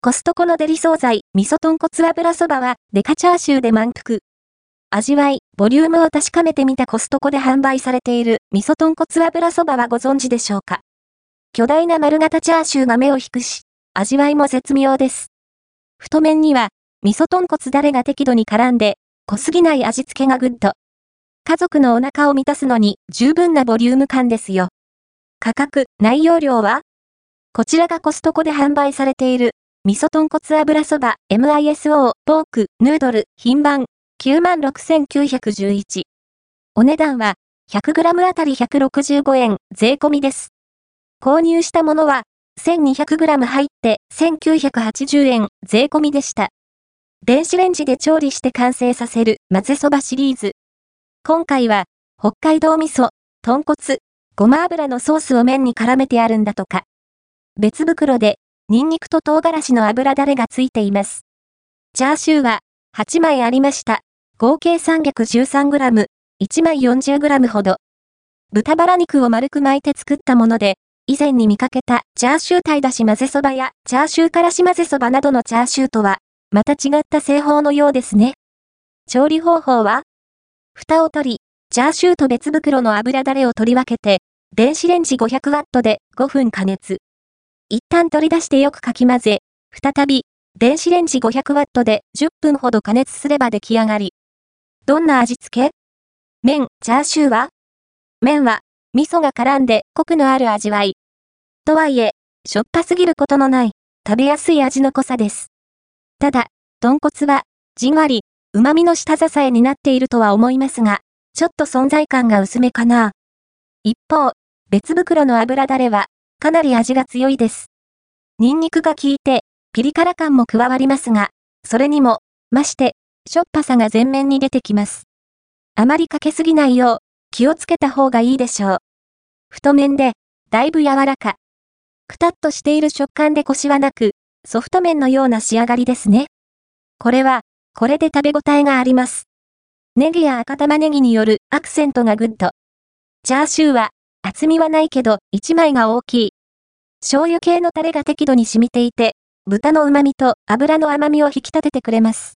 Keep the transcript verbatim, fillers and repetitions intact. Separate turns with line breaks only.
コストコのデリ惣菜、味噌豚骨油そばは、デカチャーシューで満腹。味わい、ボリュームを確かめてみたコストコで販売されている味噌豚骨油そばはご存知でしょうか。巨大な丸型チャーシューが目を引くし、味わいも絶妙です。太麺には、味噌豚骨ダレが適度に絡んで、濃すぎない味付けがグッド。家族のお腹を満たすのに十分なボリューム感ですよ。価格、内容量は？こちらがコストコで販売されている、味噌豚骨油そば ミソ ポーク、ヌードル、品番 きゅうまんろくせんきゅうひゃくじゅういち。お値段は ひゃくグラム あたりひゃくろくじゅうごえん税込みです。購入したものは せんにひゃくグラム 入ってせんきゅうひゃくはちじゅうえん税込みでした。電子レンジで調理して完成させる混ぜそばシリーズ。今回は北海道味噌、豚骨、ごま油のソースを麺に絡めてあるんだとか。別袋でニンニクと唐辛子の油だれがついています。チャーシューははちまいありました。合計 さんびゃくじゅうさんグラム、いちまい よんじゅうグラム ほど。豚バラ肉を丸く巻いて作ったもので、以前に見かけたチャーシュー鯛だし混ぜそばやチャーシューからし混ぜそばなどのチャーシューとは、また違った製法のようですね。調理方法は？蓋を取り、チャーシューと別袋の油だれを取り分けて、電子レンジごひゃくワットでごふん加熱。一旦取り出してよくかき混ぜ、再び、電子レンジごひゃくワットでじゅっぷんほど加熱すれば出来上がり。どんな味付け？麺、チャーシューは？麺は、味噌が絡んでコクのある味わい。とはいえ、しょっぱすぎることのない、食べやすい味の濃さです。ただ、豚骨は、じんわり、旨味の下支えになっているとは思いますが、ちょっと存在感が薄めかな。一方、別袋の油だれは、かなり味が強いです。ニンニクが効いて、ピリ辛感も加わりますが、それにも、まして、しょっぱさが前面に出てきます。あまりかけすぎないよう、気をつけた方がいいでしょう。太麺で、だいぶ柔らか。くたっとしている食感でコシはなく、ソフト麺のような仕上がりですね。これは、これで食べ応えがあります。ネギや赤玉ねぎによるアクセントがグッド。チャーシューは、厚みはないけど、いちまいが大きい。醤油系のタレが適度に染みていて、豚の旨味と油の甘みを引き立ててくれます。